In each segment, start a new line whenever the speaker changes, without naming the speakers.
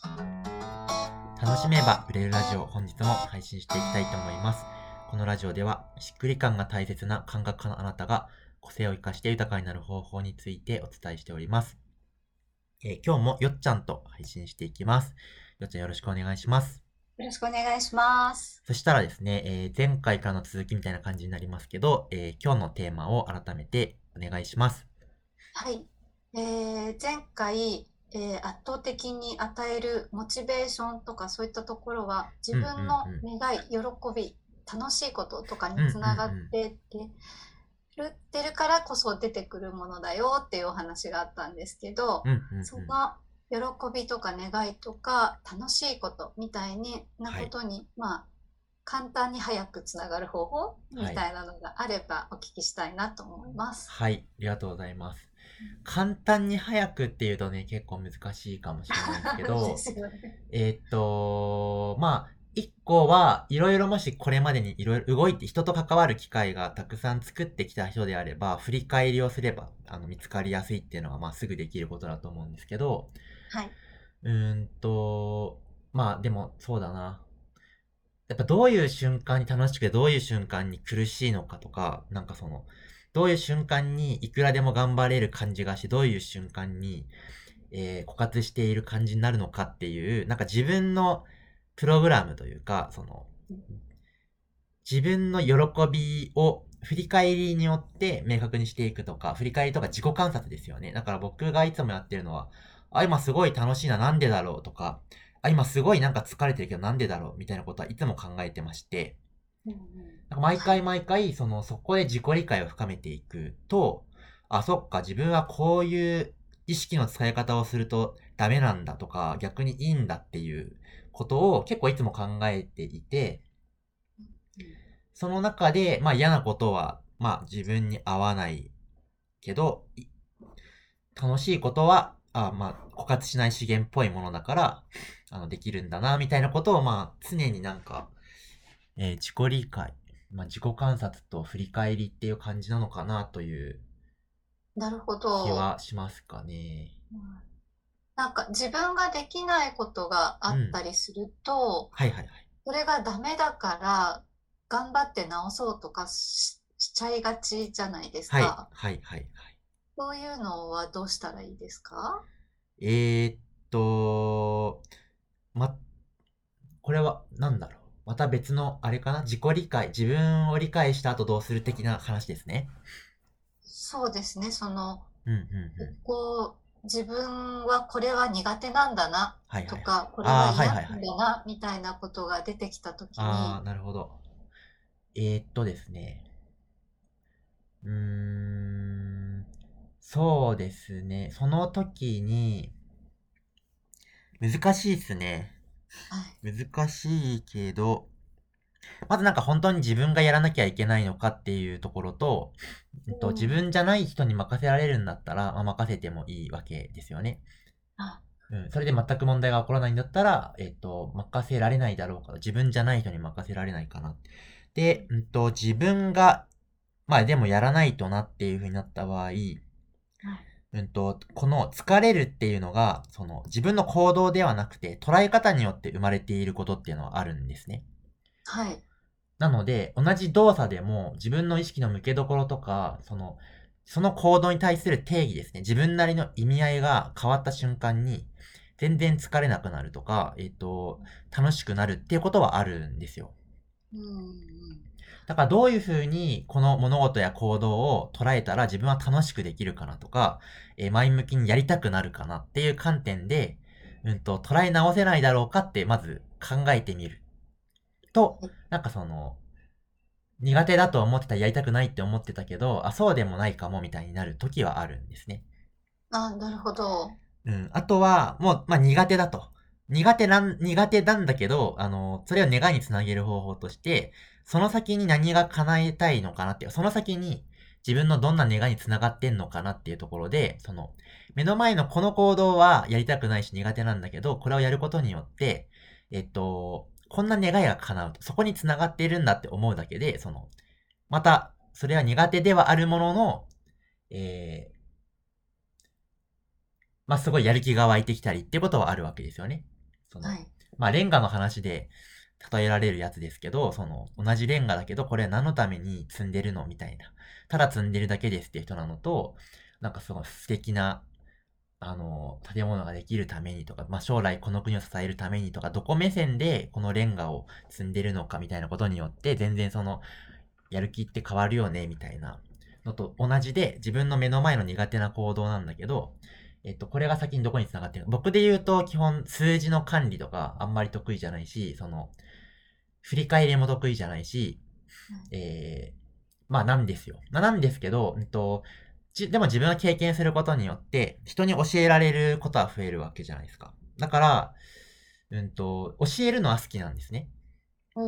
楽しめば売れるラジオ、本日も配信していきたいと思います。このラジオではしっくり感が大切な感覚家のあなたが個性を生かして豊かになる方法についてお伝えしております。今日もよっちゃんと配信していきます。よっちゃんよろしくお願いします。
よろしくお願いします。
そしたらですね、前回からの続きみたいな感じになりますけど、今日のテーマを改めてお願いします。
はい。前回、圧倒的に与えるモチベーションとかそういったところは自
うんうん
分の
うん。
願い、喜び、楽しいこととか
うんうん
につながってってるからこそ出てくるものだよっていうお話があったんですけど、
うん。うんうんうん。
その喜びとか願いとか楽しいことみたいな
はい。
ことに、簡単に早くつながる方法み
はい。
たいなのがあればお聞きしたいなと思います。
はい。ありがとうございます。簡単に早くっていうとね、結構難しいかもしれないんですけ
で
ど、
すよね。
一個はいろいろもしこれまでにいろいろ動いて人と関わる機会がたくさん作ってきた人であれば、振り返りをすれば、見つかりやすいっていうのは、すぐできることだと思うんですけど、
はい。
うーんと、でも、そうだな。やっぱどういう瞬間に楽しくてどういう瞬間に苦しいのかとか、どういう瞬間にいくらでも頑張れる感じがして、どういう瞬間に、枯渇している感じになるのかっていう、自分のプログラムというか、自分の喜びを振り返りによって明確にしていくとか、振り返りとか自己観察ですよね。だから僕がいつもやってるのは、今すごい楽しいな、なんでだろうとか、今すごい疲れてるけどなんでだろうみたいなことはいつも考えてまして、
うんうん。
毎回
はい。
毎回、そこで自己理解を深めていくと、そっか、自分はこういう意識の使い方をするとダメなんだとか、逆にいいんだっていうことを結構いつも考えていて、
うん。
その中で、嫌なことは、自分に合わないけど、楽しいことは、枯渇しない資源っぽいものだから、できるんだな、みたいなことを、常に自己理解、自己観察と振り返りっていう感じなのかなという
なるほ
気
ど。
はしますかね。
うん。なんか自分ができないことがあっ
うん。
たりすると、
はいはいはい。
それがダメだから頑張って直そうとかしちゃいがちじゃないです
はい、
か。
はい、はい、はい。
そういうのはどうしたらいいですか？
えーっと、ま、これは、なんだろう。また別の、あれかな自己理解、自分を理解した後どうする的な話ですね。
そうですね。
うん、うん、うん。
自分はこれは苦手なんだな
はいはいはい。
とか、これは
ああ、はい
嫌なん
はいはい。
だなみたいなことが出てきたとき
ああ、
に、
なるほど。ですね。うーん、そうですね。その時に、難しいっすね。
はい。
難しいけど、まず本当に自分がやらなきゃいけないのかっていうところと、自
うん。
分じゃない人に任せられるんだったら、任せてもいいわけですよね。
あ、
うん。それで全く問題が起こらないんだったら、任せられないだろうから、自分じゃない人に任せられないかな。で、自分が、でもやらないとなっていう風になった場合、
はい。
この疲れるっていうのが、自分の行動ではなくて、捉え方によって生まれていることっていうのはあるんですね。
はい。
なので、同じ動作でも自分の意識の向けどころとか、その行動に対する定義ですね。自分なりの意味合いが変わった瞬間に、全然疲れなくなるとか、楽しくなるっていうことはあるんですよ。
うん。
だからどういうふうにこの物事や行動を捉えたら自分は楽しくできるかなとか、前向きにやりたくなるかなっていう観点で、捉え直せないだろうかってまず考えてみる。と、
はい。
苦手だと思ってた、やりたくないって思ってたけど、そうでもないかもみたいになる時はあるんですね。
あ、なるほど。
うん。あとは、もう、苦手だと。苦手なんだけど、それを願いにつなげる方法として、その先に何が叶えたいのかなっていう、その先に自分のどんな願いにつながってんのかなっていうところで、目の前のこの行動はやりたくないし苦手なんだけど、これをやることによって、こんな願いが叶うと。そこにつながっているんだって思うだけで、また、それは苦手ではあるものの、えすごいやる気が湧いてきたりっていうことはあるわけですよね。 その、
はい。
まあ、レンガの話で例えられるやつですけど、その、同じレンガだけど、これ何のために積んでるのみたいな。ただ積んでるだけですっていう人なのと、なんかすごい素敵な、建物ができるためにとか、まあ、将来この国を支えるためにとか、どこ目線でこのレンガを積んでるのかみたいなことによって、全然その、やる気って変わるよね、みたいなのと同じで、自分の目の前の苦手な行動なんだけど、これが先にどこに繋がってるの？僕で言うと、基本数字の管理とかあんまり得意じゃないし、その、振り返りも得意じゃないし、まあなんですよ。なんですけど、でも自分が経験することによって、人に教えられることは増えるわけじゃないですか。だから、教えるのは好きなんですね。
うん。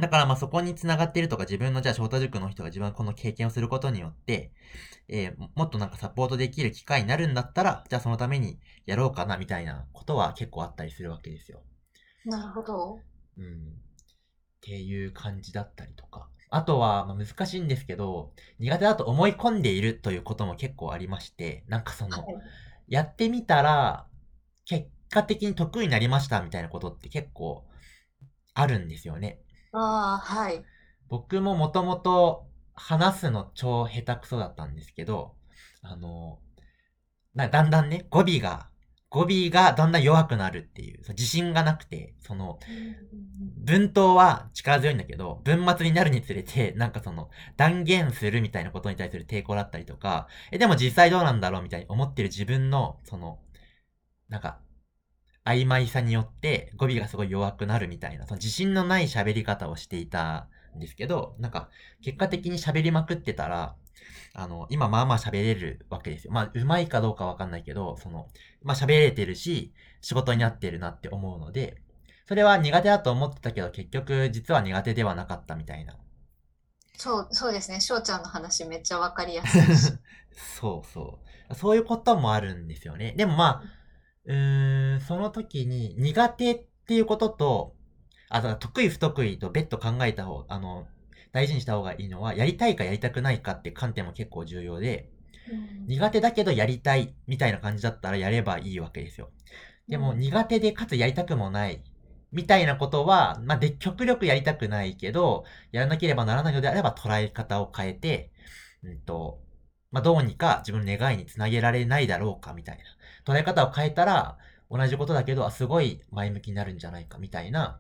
だからまあそこに繋がっているとか、自分のじゃあ翔太塾の人が自分はこの経験をすることによって、もっとなんかサポートできる機会になるんだったら、じゃあそのためにやろうかなみたいなことは結構あったりするわけですよ。
なるほど。
うん。っていう感じだったりとか。あとは、まあ、難しいんですけど、苦手だと思い込んでいるということも結構ありまして、なんかその、
はい。
やってみたら、結果的に得意になりましたみたいなことって結構あるんですよね。
ああ、はい。
僕ももともと話すの超下手くそだったんですけど、あの、だんだんね、語尾がだんだん弱くなるっていう、その自信がなくて、その、
うんうん
文頭は力強いんだけど、文末になるにつれて、なんかその、断言するみたいなことに対する抵抗だったりとか、でも実際どうなんだろうみたいに思ってる自分の、その、なんか、曖昧さによって語尾がすごい弱くなるみたいな、その自信のない喋り方をしていたんですけど、なんか、結果的に喋りまくってたら、今まあまあ喋れるわけですよ。まあ、うまいかどうかわかんないけど、その、まあ喋れてるし、仕事になってるなって思うので、それは苦手だと思ってたけど、結局実は苦手ではなかったみたいな。
そうですね。翔ちゃんの話めっちゃわかりやすいし。
そうそう。そういうこともあるんですよね。でもまあ、その時に苦手っていうことと、だから得意不得意と別途考えた方、大事にした方がいいのは、やりたいかやりたくないかって観点も結構重要で、
うん。
苦手だけどやりたいみたいな感じだったらやればいいわけですよ。でも
うん。
苦手でかつやりたくもないみたいなことは、まあ、極力やりたくないけど、やらなければならないのであれば捉え方を変えて、まあ、どうにか自分の願いにつなげられないだろうかみたいな。捉え方を変えたら、同じことだけど、すごい前向きになるんじゃないかみたいな、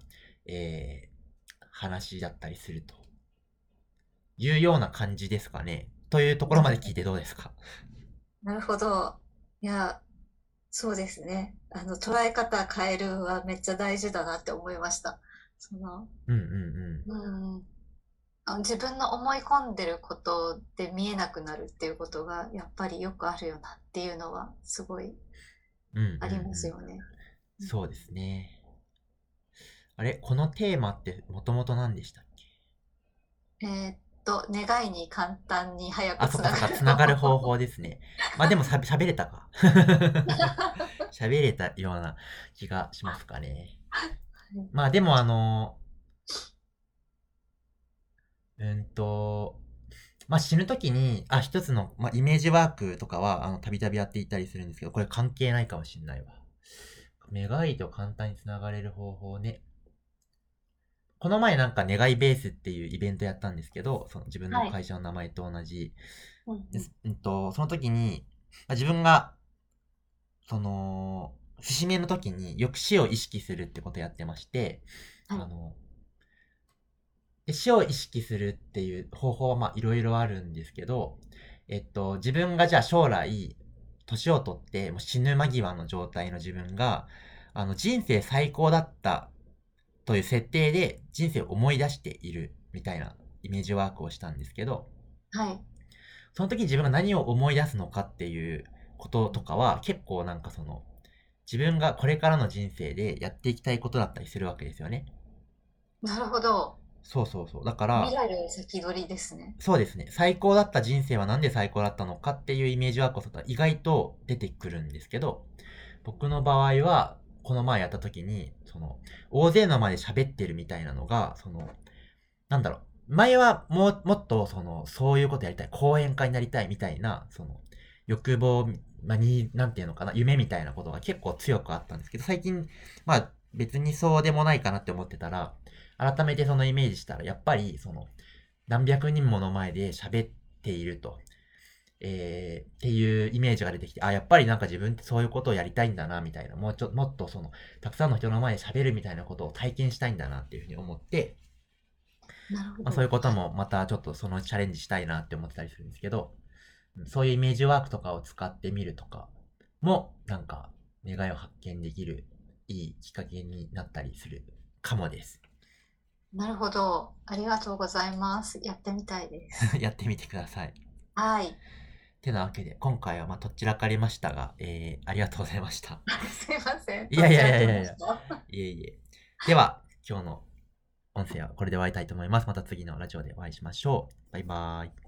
話だったりするというような感じですかね。というところまで聞いてどうですか？
なるほど。いや、そうですね。捉え方変えるはめっちゃ大事だなって思いました。その、
うんうん
うん、自分の思い込んでることで見えなくなるっていうことがやっぱりよくあるよなっていうのはすごい
うん。うんうん
あります
うん。
よね。
そうですね。あれこのテーマってもともと何でしたっけ？
願いに簡単に早く
あ、そっかそっか、
つながる
つながる方
方。
法ですね。まあでも喋れたか。喋れたような気がしますかね。まあでもまあ死ぬ時に、一つの、まあ、イメージワークとかは、たびたびやっていたりするんですけど、これ関係ないかもしんないわ。願いと簡単につながれる方法ね。この前なんか願いベースっていうイベントやったんですけど、その自分の
はい。
会社の名前と同じ
うんうん。
です。その時に、自分が、その、節目の時によく死を意識するってことをやってまして、
はい。
あの、で死を意識するっていう方法はまあいろいろあるんですけど、自分がじゃあ将来、年を取ってもう死ぬ間際の状態の自分が、人生最高だったという設定で人生を思い出しているみたいなイメージワークをしたんですけど、
はい。
その時に自分が何を思い出すのかっていうこととかは結構なんかその、自分がこれからの人生でやっていきたいことだったりするわけですよね。
なるほど。
そうそうそう。だから、
未来よ先取りですね。
そうですね。最高だった人生はなんで最高だったのかっていうイメージワークをすると意外と出てくるんですけど、僕の場合は、この前やった時に、その、大勢の前で喋ってるみたいなのが、その、なんだろう。前はもっと、その、そういうことやりたい。講演家になりたいみたいな、その、欲望、まあ、なんていうのかな、夢みたいなことが結構強くあったんですけど、最近、まあ、 別にそうでもないかなって思ってたら、改めてそのイメージしたら、やっぱりその何百人もの前で喋っていると、っていうイメージが出てきて、あ、やっぱりなんか自分ってそういうことをやりたいんだな、みたいな、もっとその、たくさんの人の前で喋るみたいなことを体験したいんだなっていうふうに思って、そういう
なるほど。はい。
こともまたちょっとそのチャレンジしたいなって思ってたりするんですけど、そういうイメージワークとかを使ってみるとかも、なんか願いを発見できるいいきっかけになったりするかもです。
なるほど。ありがとうございます。やってみたいです。
やってみてください。
はい。
てなわけで、今回はどちらかりましたが、ありがとうございました。
すいません。
いやいやい
とっちらかり
やいやいや、
ました。
いえいえ。では、今日の音声はこれで終わりたいと思います。また次のラジオでお会いしましょう。バイバーイ。